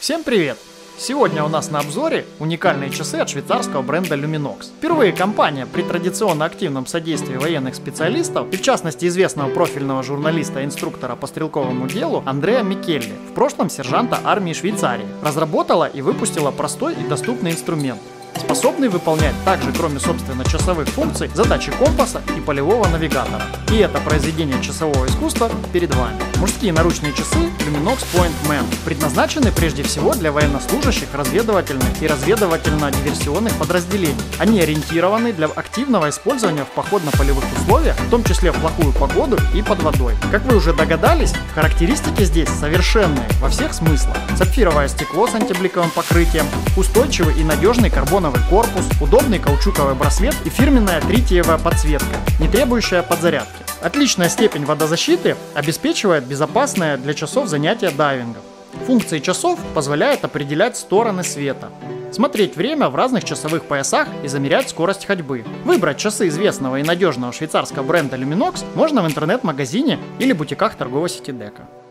Всем привет! Сегодня у нас на обзоре уникальные часы от швейцарского бренда Luminox. Впервые компания при традиционно активном содействии военных специалистов и в частности известного профильного журналиста и инструктора по стрелковому делу Андреа Микелли, в прошлом сержанта армии Швейцарии, разработала и выпустила простой и доступный инструмент, способный выполнять также, кроме собственно часовых функций, задачи компаса и полевого навигатора. И это произведение часового искусства перед вами. Мужские наручные часы Luminox Point Man предназначены прежде всего для военнослужащих разведывательных и разведывательно-диверсионных подразделений. Они ориентированы для активного использования в походно-полевых условиях, в том числе в плохую погоду и под водой. Как вы уже догадались, характеристики здесь совершенные во всех смыслах. Сапфировое стекло с антибликовым покрытием, устойчивый и надежный карбоновый корпус, удобный каучуковый браслет и фирменная тритиевая подсветка, не требующая подзарядки. Отличная степень водозащиты обеспечивает безопасное для часов занятие дайвингом. Функции часов позволяют определять стороны света, смотреть время в разных часовых поясах и замерять скорость ходьбы. Выбрать часы известного и надежного швейцарского бренда Luminox можно в интернет-магазине или бутиках торговой сети Дека.